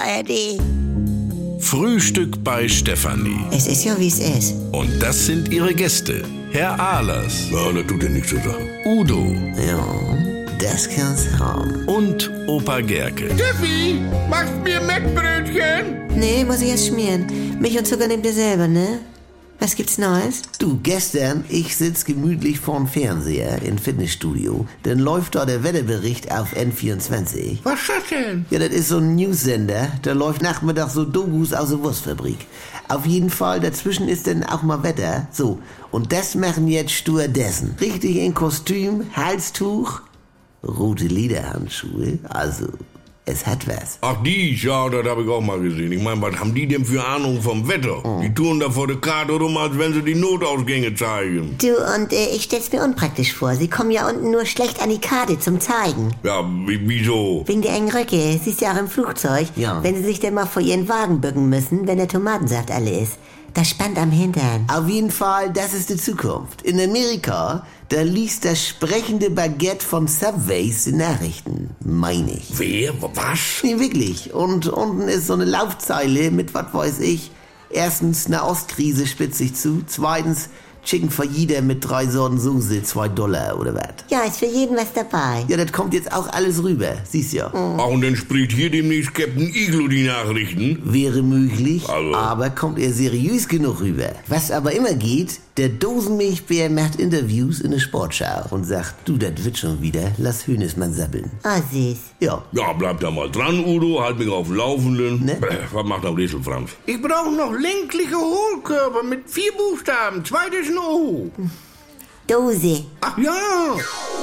ARD. Frühstück bei Stefanie. Es ist ja, wie es ist. Und das sind ihre Gäste. Herr Ahlers. Ja, das tut ja nichts zur Sache. Udo. Ja, das kann's haben. Und Opa Gerke. Steffi, machst mir Mettbrötchen? Nee, muss ich erst schmieren. Milch und Zucker nehmt ihr selber, ne? Was gibt's Neues? Du, gestern, ich sitz gemütlich vorm Fernseher im Fitnessstudio. Dann läuft da der Wetterbericht auf N24. Was ist das denn? Ja, das ist so ein Newssender. Da läuft nachmittags so Dogus aus der Wurstfabrik. Auf jeden Fall, dazwischen ist dann auch mal Wetter. So, und das machen jetzt Stewardessen. Richtig in Kostüm, Halstuch, rote Lederhandschuhe. Also, es hat was. Ach, ja, das habe ich auch mal gesehen. Ich meine, was haben die denn für Ahnung vom Wetter? Die tun da vor der Karte rum, als wenn sie die Notausgänge zeigen. Du, und ich stell's mir unpraktisch vor. Sie kommen ja unten nur schlecht an die Karte zum Zeigen. Ja, wieso? Wegen der engen Röcke. Siehst du ja auch im Flugzeug. Ja. Wenn sie sich denn mal vor ihren Wagen bücken müssen, wenn der Tomatensaft alle ist. Das spannt am Hintern. Auf jeden Fall, das ist die Zukunft. In Amerika, da liest das sprechende Baguette von Subways die Nachrichten. Meine ich. Wer? Was? Nee, wirklich. Und unten ist so eine Laufzeile mit, was weiß ich. Erstens, Nahostkrise spitzt sich zu. Zweitens, Chicken Fajita mit 3 Sorten Soße, $2 oder was. Ja, ist für jeden was dabei. Ja, das kommt jetzt auch alles rüber. Siehst ja. Ach, und dann spricht hier demnächst Captain Iglo die Nachrichten. Wäre möglich, Also. aber kommt er seriös genug rüber. Was aber immer geht, der Dosenmilchbär macht Interviews in der Sportschau und sagt, du, das wird schon wieder, lass Hönesmann sabbeln. Oh, süß. Ja, Ja, bleib da mal dran, Udo, halt mich auf dem Laufenden. Ne? Was macht am Rätsel, Franz? Ich brauche noch längliche Hohlkörper mit 4 Buchstaben. Zweites O. Dose. Ach ja.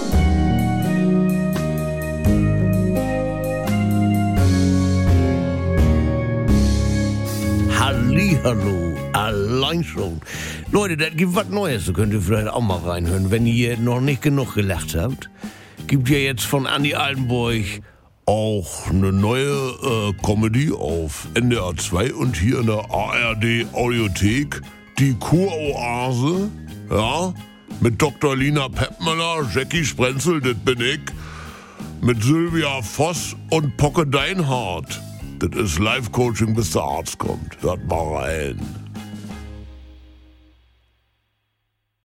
Hallihallo, allein schon. Leute, das gibt was Neues, da könnt ihr vielleicht auch mal reinhören, wenn ihr noch nicht genug gelacht habt. Gibt ja jetzt von Andi Altenburg auch eine neue Comedy auf NDR 2 und hier in der ARD Audiothek, die Kuroase, ja, mit Dr. Lina Peppmüller, Jackie Sprenzel, das bin ich, mit Sylvia Voss und Pocke Deinhardt. Das ist Live-Coaching, bis der Arzt kommt. Hört mal rein.